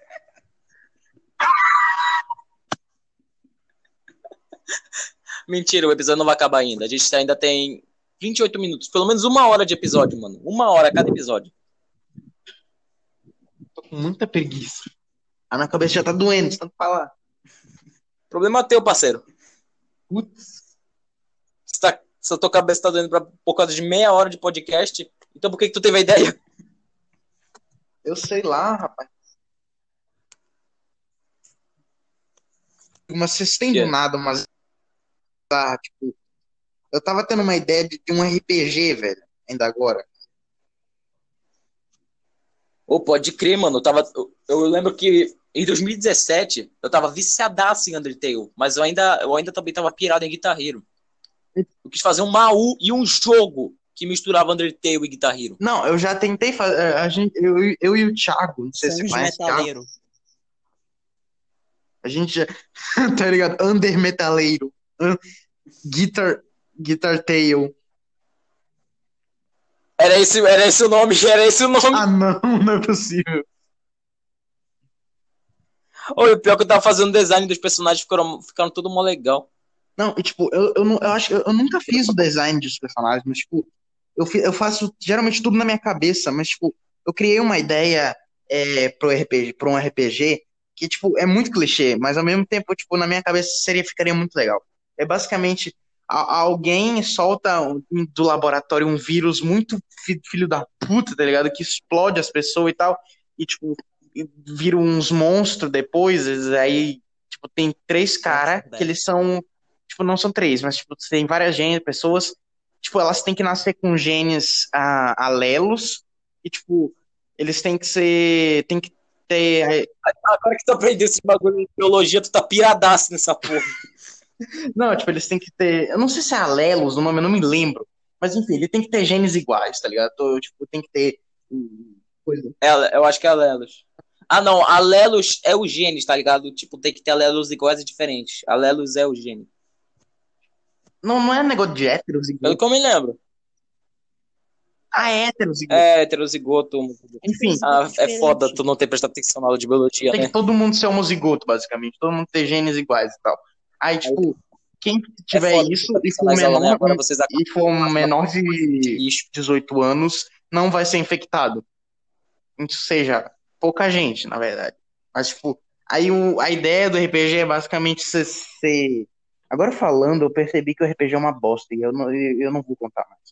Mentira, o episódio não vai acabar ainda. A gente ainda tem vinte e oito minutos. Pelo menos uma hora de episódio, mano. Uma hora cada episódio. Tô com muita preguiça. A minha cabeça já tá doendo, de tanto falar. Problema teu, parceiro. Putz. Se, tá, se a tua cabeça tá doendo pra, por causa de meia hora de podcast, então por que, que tu teve a ideia? Eu sei lá, rapaz. Mas vocês têm Que do é? nada umas. Ah, tipo, eu tava tendo uma ideia de, de um R P G, velho, ainda agora. Ô, pode crer, mano. Eu, tava, eu, eu lembro que em dois mil e dezessete eu tava viciadaço em Undertale, mas eu ainda, eu ainda também tava pirado em Guitar Hero. Eu quis fazer um Maú e um jogo que misturava Undertale e Guitar Hero. Não, eu já tentei fazer. A gente, eu, eu e o Thiago, não sei se você Sons de conhece o Thiago. metaleiro. A gente já. Tá ligado? Under metaleiro. Hum, Guitar. Guitar Tail. Era esse, era esse o nome, era esse o nome. Ah, não, não é possível. Ô, e o pior é que eu tava fazendo design dos personagens, ficaram, ficaram tudo mó legal. Não, e tipo, eu, eu, não, eu acho que eu, eu nunca fiz o design dos personagens, mas, tipo, eu, fi- eu faço geralmente tudo na minha cabeça, mas, tipo, eu criei uma ideia é, pro R P G, pro um R P G que, tipo, é muito clichê, mas ao mesmo tempo, tipo, na minha cabeça seria, ficaria muito legal. É basicamente, a- alguém solta um- do laboratório um vírus muito fi- filho da puta, tá ligado? Que explode as pessoas e tal, e, tipo, e vira uns monstros depois, aí, tipo, tem três caras que eles são tipo, não são três, mas tipo, tem várias genes, pessoas, tipo, elas têm que nascer com genes ah, alelos e tipo, eles têm que ser, tem que ter, Agora que tu aprendeu esse bagulho de biologia, tu tá piradaço nessa porra. não, tipo, eles têm que ter, eu não sei se é alelos o nome, eu não me lembro, mas enfim, ele tem que ter genes iguais, tá ligado? Então, tipo, tem que ter coisa. Ela, eu acho que é Alelos. Ah, não. Alelos é o genes, tá ligado? Tipo, tem que ter alelos iguais e diferentes. Alelos é o gene. Não, não é negócio de Pelo heterozigoto. que eu me lembro. Ah, é heterozigoto. É heterozigoto. Enfim, Ah, Heterozigoto é é foda diferente. tu não ter prestado atenção na aula de biologia, tem que né? todo mundo ser homozigoto, basicamente. Todo mundo ter genes iguais e tal. Aí, Aí, tipo, quem é tiver foda não isso ter e atenção for nas aulas, né? menor Agora vocês e acabam for fazendo menor de lixo. dezoito anos, não vai ser infectado. Ou seja, pouca gente, na verdade. Mas, tipo, aí o, a ideia do R P G é basicamente você ser. Agora falando, eu percebi que o R P G é uma bosta e eu não, eu eu não vou contar mais.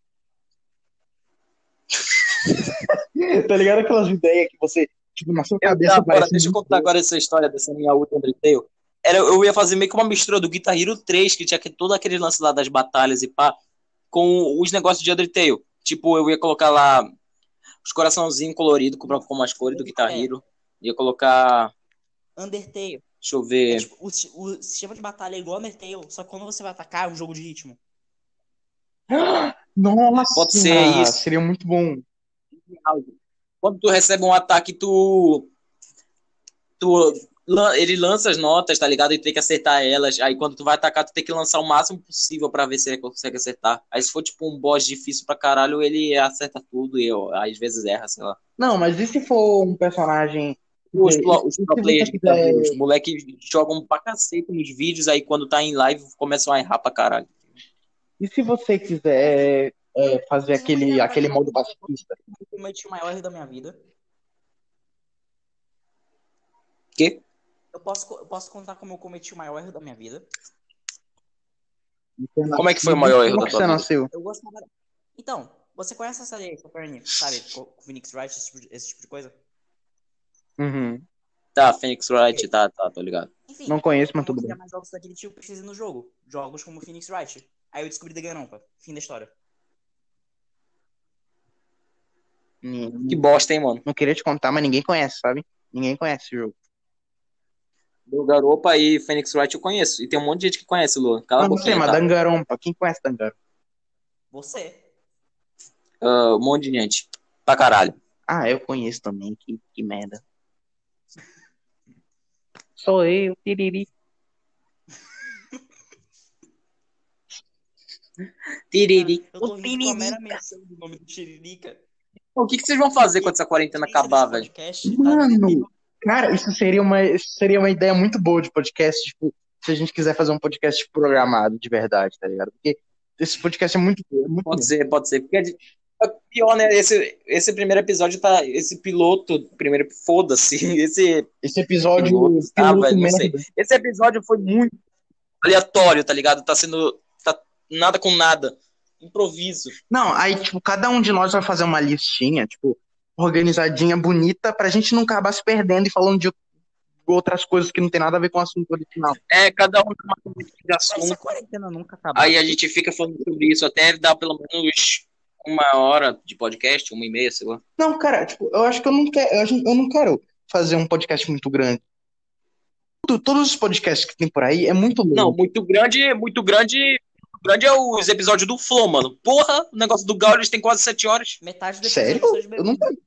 Tá ligado aquelas ideias que você, tipo, na sua Eu, cabeça tá, bora, parece deixa eu muito contar boa. agora essa história dessa minha última Undertale. Era, eu ia fazer meio que uma mistura do Guitar Hero três, que tinha que- todo aquele lance lá das batalhas e pá, com os negócios de Undertale. Tipo, eu ia colocar lá os coraçãozinhos coloridos, como, como as cores do Guitar É, Hero. Ia colocar. Undertale. Deixa eu É ver. tipo, o, si- o sistema de batalha é igual Undertale, só que quando você vai atacar é um jogo de ritmo. Pode ser Nossa, isso. seria muito bom. Quando tu recebe um ataque, tu. tu lan- ele lança as notas, tá ligado? E tem que acertar elas. Aí quando tu vai atacar, tu tem que lançar o máximo possível pra ver se ele consegue acertar. Aí se for tipo um boss difícil pra caralho, ele acerta tudo e ó, às vezes erra, sei lá. Não, mas e se for um personagem. Os, E, pro- os e pro se você players, tá quiser. vendo? Os moleques jogam pra cacete nos vídeos, aí quando tá em live começam a errar pra caralho. E se você quiser é, fazer Vocês não aquele, querem aquele contar modo como pacifista? eu cometi o maior erro da minha vida? Quê? Eu posso, co- eu posso contar como eu cometi o maior erro da minha vida? De ter Como é que foi o nascido? maior erro Como da que tua você vida? nasceu? Eu gostava. Então, você conhece a série Copernic, sabe? Com com Phoenix Wright, esse tipo de, esse tipo de coisa? Uhum. Tá, Phoenix Wright, Ok. tá, tá, tô ligado. Enfim, Não conheço, mas como eu tudo queria bem. mais jogos daquele tipo, eu pesquisei no jogo. Jogos como Phoenix Wright. Aí eu descobri Danganronpa. Fim da história. Que Hum, bosta, hein, mano? Não queria te contar, mas ninguém conhece, sabe? Ninguém conhece esse jogo. Do Garopa e Phoenix Wright eu conheço. E tem um monte de gente que conhece, Luan. Cala a Não, não sei, boquinha, mas tá? Danganronpa. Quem conhece Danganronpa? Você. Ah, um monte de gente. Pra caralho. Ah, eu conheço também. Que, que merda. Sou eu, tiriri. Mano, Tiriri. eu O tô rindo com a tiriri. mera menção do nome do Tiririca. O que, que vocês vão fazer E quando a essa quarentena essência desse acabar, velho? podcast tá no Mano, nível. cara, isso seria uma, isso seria uma ideia muito boa de podcast, tipo, se a gente quiser fazer um podcast programado de verdade, tá ligado? Porque esse podcast é muito, é muito Pode bom. ser, pode ser. Porque é de- é pior, né? Esse, esse primeiro episódio tá. Esse piloto. Primeiro, foda-se. Esse Esse episódio piloto. Ah, piloto velho, não sei. merda. Esse episódio foi muito aleatório, tá ligado? Tá sendo. Tá nada com nada. Improviso. Não, aí, tipo, cada um de nós vai fazer uma listinha, tipo, organizadinha, bonita, pra gente não acabar se perdendo e falando de outras coisas que não tem nada a ver com o assunto original. É, cada um tem uma coisa de Essa assunto. quarentena nunca acabar. Aí a gente fica falando sobre isso até dar pelo menos uma hora de podcast, uma e meia, sei lá. Não, cara, tipo, eu acho que eu não quero, eu, acho- eu não quero fazer um podcast muito grande. Tudo- Todos os podcasts que tem por aí é muito Não, longo. muito grande, muito grande. Muito grande é os episódios do Flow, mano. Porra, o negócio do Gaules tem quase sete horas. Metade do Sério? episódio é de Eu não bebê.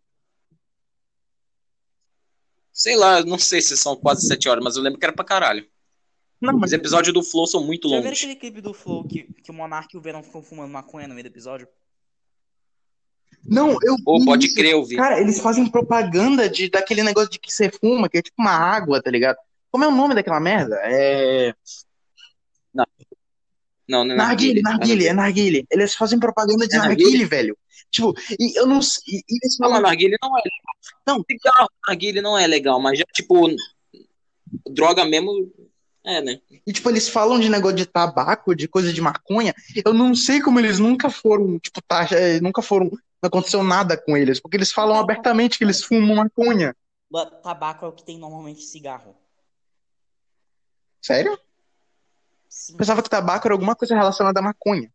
Sei lá, eu não sei se são quase sete horas, mas eu lembro que era pra caralho. Não, mas Os episódios do Flow são muito Já viram longos. aquele clipe do Flow que, que o Monark e o Venom ficam fumando maconha no meio do episódio? não, eu Ou vi pode isso. crer, eu vi. Cara, eles fazem propaganda de, daquele negócio de que você fuma, que é tipo uma água, tá ligado? Como é o nome daquela merda? É. Não, não, não é Narguile, narguilé. Nada a narguile, é ver. narguile. Eles fazem propaganda de É narguilé? narguile, velho. Tipo, e eu não sei. E, e eles Não, falam. mas narguilé não é legal. Não, Cigarro, narguilé não é legal, mas já, tipo, droga mesmo, é, né? e tipo, eles falam de negócio de tabaco, de coisa de maconha. Eu não sei como eles nunca foram, tipo, tá, é, nunca foram. Não aconteceu nada com eles, porque eles falam abertamente que eles fumam maconha. Ba- Tabaco é o que tem normalmente cigarro. Sério? Sim. Pensava que tabaco era alguma coisa relacionada à maconha.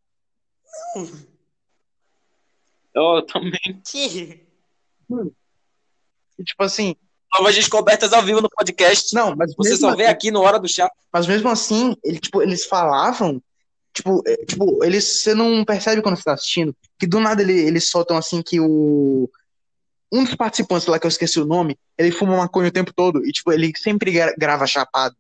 Eu também. Que? E, tipo assim, Novas descobertas ao vivo no podcast. não, mas Você mesmo só vê assim, aqui no Hora do Chá. mas mesmo assim, ele, tipo, eles falavam, tipo, é, tipo, eles, você não percebe quando você tá assistindo, que do nada ele- eles soltam assim que o um dos participantes lá que eu esqueci o nome, ele fuma maconha o tempo todo e, tipo, ele sempre gra- grava chapado.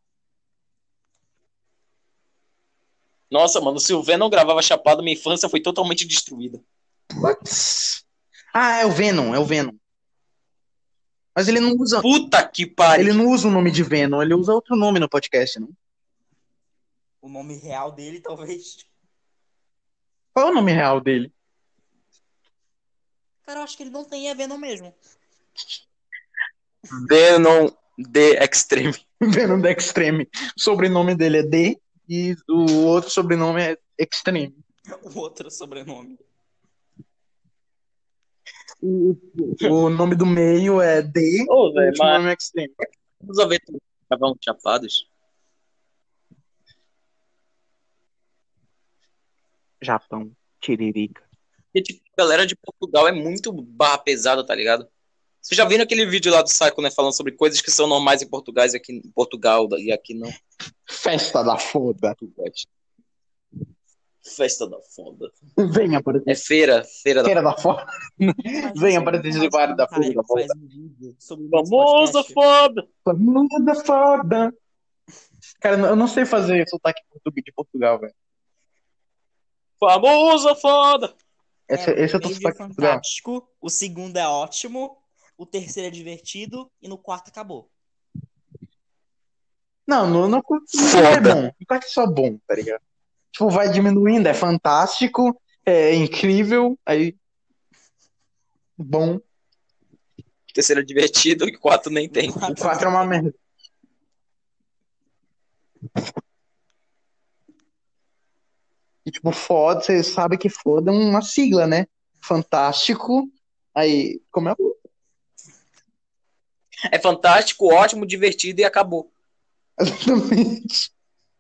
Nossa, mano, se o Venom gravava Chapado, minha infância foi totalmente destruída. Putz. Ah, é o Venom, é o Venom. Mas ele não usa, Puta que pariu. ele não usa o nome de Venom, ele usa outro nome no podcast, não? O nome real dele, talvez. Qual é o nome real dele? Cara, eu acho que ele não tem, é Venom mesmo. Venom The Extreme. Venom da Extreme. O sobrenome dele é D e o outro sobrenome é Extreme. O outro sobrenome. O, o nome do meio é D Ô, e o velho, último mas nome é Extreme. vamos ver gravar uns chapados. Japão, Tiririca. Porque, tipo, a galera de Portugal é muito barra pesada, tá ligado? Vocês já viram aquele vídeo lá do Psycho, né? Falando sobre coisas que são normais em Portugal e aqui em Portugal e aqui não. Festa da foda. Festa da foda. Venha para É feira, feira da Feira da foda. Venha para participar da Cara foda da que foda. faz um vídeo sobre o nosso famosa podcast. foda. Famosa foda. Cara, eu não sei fazer sotaque português de Portugal, velho. Famosa foda. Esse, É, esse é o o primeiro sotaque é de Portugal. fantástico, o segundo é ótimo, o terceiro é divertido e no quarto acabou. Não, no, no, no Foda. é bom. No quarto é só bom, tá ligado? Tipo, vai diminuindo, é fantástico, é incrível, aí. Bom. O terceiro é divertido e o quarto nem tem. O quatro é uma merda. E, tipo, foda, você sabe que foda é uma sigla, né? Fantástico. Aí, como é o. É fantástico, ótimo, divertido e acabou. Exatamente.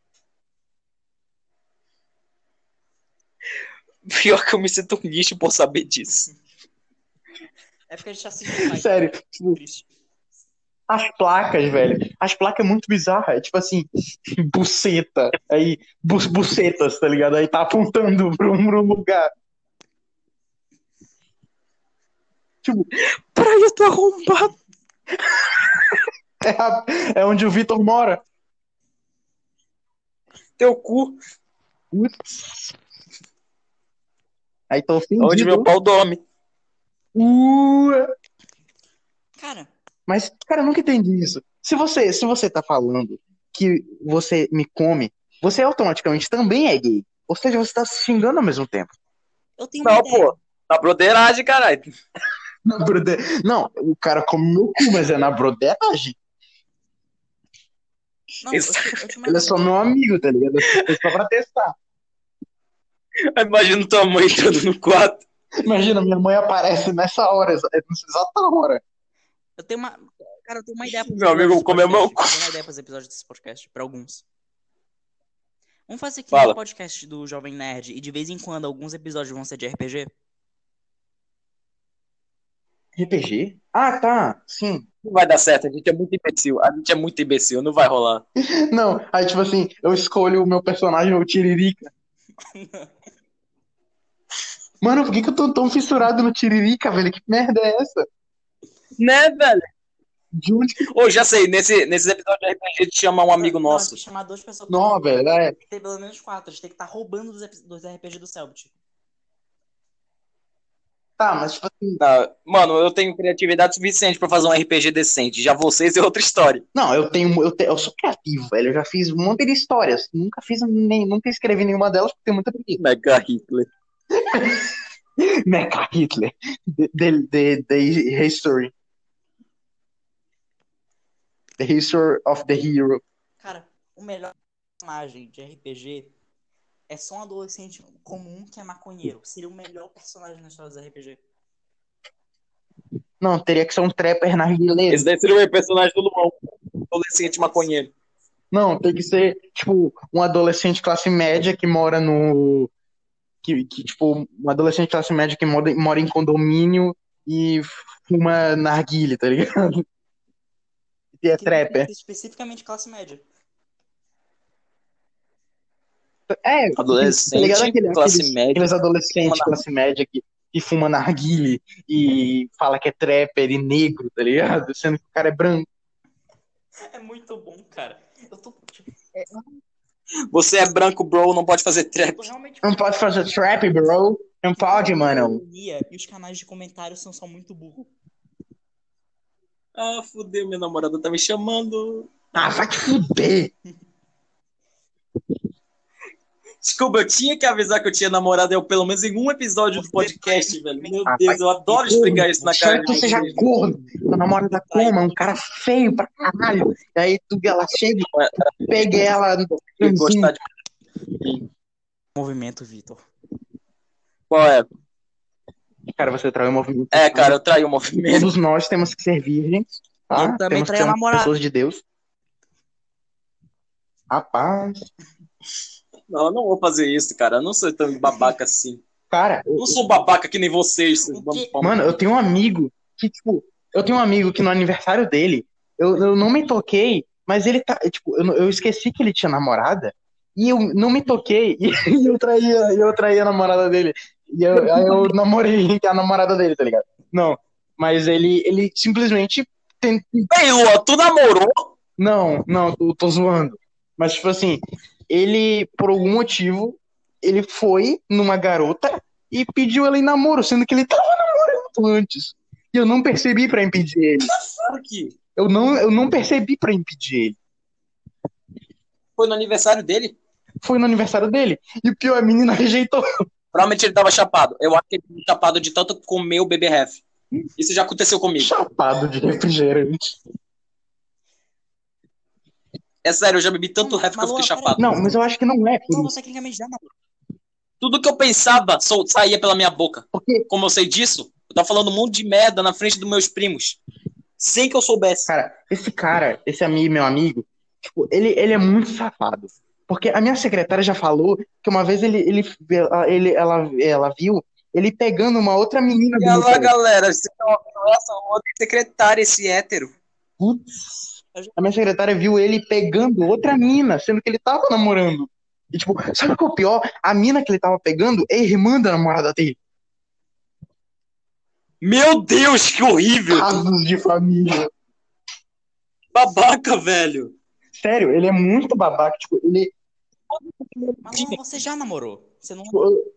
Pior que eu me sinto um lixo por saber disso. É porque a gente assiste mais. Sério, tipo, Triste. as placas, velho. As placas é muito bizarras. É tipo assim, buceta. Aí, bu bucetas, tá ligado? Aí tá apontando pra um, pra um lugar. Tipo, praia tá arrombada. É, a- é onde o Vitor mora. Teu cu, Putz. Aí tô onde ofendido. meu pau dorme. Uh, Cara, mas, cara, eu nunca entendi isso. Se você, se você tá falando que você me come, você automaticamente também é gay. Ou seja, você tá se xingando ao mesmo tempo. eu tenho uma Não, ideia. pô. Na broderagem, caralho. Na brode- Não, o cara come meu cu, mas é na broderagem. Não, eu, Isso. tinha- eu tinha uma Ele é ideia. só meu amigo, tá ligado? É só pra testar. Imagina tua mãe entrando no quarto. Imagina, minha mãe aparece nessa hora, exa- nessa exata hora. Eu tenho uma. Cara, eu tenho uma ideia para Meu amigo comeu meu cu. Eu tenho uma ideia para os episódios desse podcast, para alguns. Vamos fazer aqui Fala. um podcast do Jovem Nerd e de vez em quando alguns episódios vão ser de R P G. R P G? Ah, tá, sim. Não vai dar certo, a gente é muito imbecil. A gente é muito imbecil, não vai rolar. Não, aí tipo assim, eu escolho o meu personagem, o Tiririca. Mano, por que que eu tô tão fissurado no Tiririca, velho? Que merda é essa? Né, velho? De onde que... Ô, já sei, nesse, nesses episódios de R P G de chamar um amigo Não, a gente nosso. tem que chamar duas pessoas. Não, velho, é... Tem que ter pelo menos quatro. A gente tem que estar roubando dos, epi- dos R P G do Selbit. Tá, mas tipo assim... Não, mano, eu tenho criatividade suficiente pra fazer um R P G decente. Já vocês é outra história. Não, eu tenho, eu, te- eu sou criativo, velho. Eu já fiz um monte de histórias. Nunca fiz nem, nunca escrevi nenhuma delas porque tem muita preguiça. Mega Hitler. Mecha Hitler. The, the, the, the history. The history of the hero. Cara, o melhor personagem de R P G é só um adolescente comum que é maconheiro. Seria o melhor personagem na história dos R P G. Não, teria que ser um trapper narguileiro. Esse daí seria o meu personagem do Lumão. Adolescente maconheiro. Não, tem que ser, tipo, um adolescente classe média que mora no... Que, que tipo, um adolescente classe média que mora, mora em condomínio e fuma narguile, tá ligado? E é Que não tem que trapper. ser especificamente classe média. É, tá ligado Adolescente, aquele, classe aqueles, média. aqueles adolescentes Fuma classe média que que fuma narguile e fala que é trapper e negro, tá ligado? Sendo que o cara é branco. É muito bom, cara. Eu tô, tipo, Você é branco, bro, não pode fazer trap. tô realmente Não pode fazer trap, bro. Não pode, mano. ironia, e os canais de comentários são só muito burros. Ah, fudeu, minha namorada tá me chamando. Ah, vai te fuder. Desculpa, eu tinha que avisar que eu tinha namorada eu, pelo menos em um episódio do podcast, velho. Meu Ah, Deus, eu adoro explicar isso na Só cara que de seja vocês. gordo. Tua namorada coma, um cara feio pra caralho. E aí tu, ela chega e pega ela no Eu gostar de... Movimento, Vitor. Qual é? Cara, você traiu o movimento. É, cara, eu traí o movimento. Todos nós temos que ser virgens, tá? Eu também Temos que traí ser a namorada. pessoas de Deus. Rapaz. Não, eu não vou fazer isso, cara. Eu não sou tão babaca assim. Cara, Eu não sou babaca que nem vocês. O quê? mano, eu tenho um amigo que, tipo, eu tenho um amigo que no aniversário dele, eu, eu não me toquei, mas ele tá, tipo, eu, eu esqueci que ele tinha namorada, e eu não me toquei, e eu traí, eu traí a namorada dele. E eu, aí eu namorei a namorada dele, tá ligado? Não, mas ele, ele simplesmente tem... Ei, Lua, tu namorou? Não, não, eu tô zoando. Mas, tipo assim, ele, por algum motivo, ele foi numa garota e pediu ela em namoro, sendo que ele tava namorando antes. E eu não percebi pra impedir ele. Aqui. Eu não, eu não percebi pra impedir ele. Foi no aniversário dele? Foi no aniversário dele. E o pior, a menina rejeitou. Provavelmente ele tava chapado. Eu acho que ele tava chapado de tanto comer o bebê ref. Isso já aconteceu comigo. Chapado de refrigerante. É sério, eu já bebi tanto Não, ref que eu fiquei Malu, chapado. peraí. Não, mas eu acho que não é por Então isso. você tecnicamente já namorou. Tudo que eu pensava só saía pela minha boca. Porque, Como eu sei disso, eu tava falando um monte de merda na frente dos meus primos. Sem que eu soubesse. cara, esse cara, esse amigo, meu amigo, tipo, ele, ele é muito safado. Porque a minha secretária já falou que uma vez ele, ele, ele ela, ela viu ele pegando uma outra menina E do meu olha lá, prédio. galera. Vocês estão ouvindo essa outra secretária, esse hétero. Putz, a minha secretária viu ele pegando outra mina, sendo que ele tava namorando. E tipo, sabe o que é o pior? A mina que ele tava pegando é irmã da namorada dele. Meu Deus, que horrível. Casos de família. Babaca, velho. Sério, ele é muito babaca. Tipo, ele. Malu, você já namorou. Você não... Tipo, eu,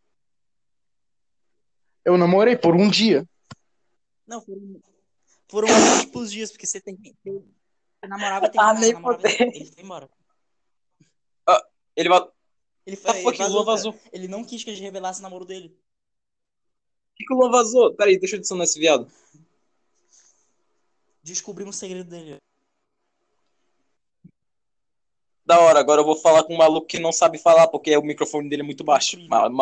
eu namorei por um dia. Não, foram, foram múltiplos dias, porque você tem você namorava e Ah, terminava, nem namorava e fodendo. ele foi embora. Ele vai... Ele, Tá foi, ele, fucking vazou, Luan vazou. cara. Ele não quis que a gente revelasse o namoro dele. Por que, que o Luan vazou? Peraí, deixa eu adicionar esse viado. Descobrimos o segredo dele. Da hora, agora eu vou falar com um maluco que não sabe falar, porque o microfone dele é muito baixo. Incrível.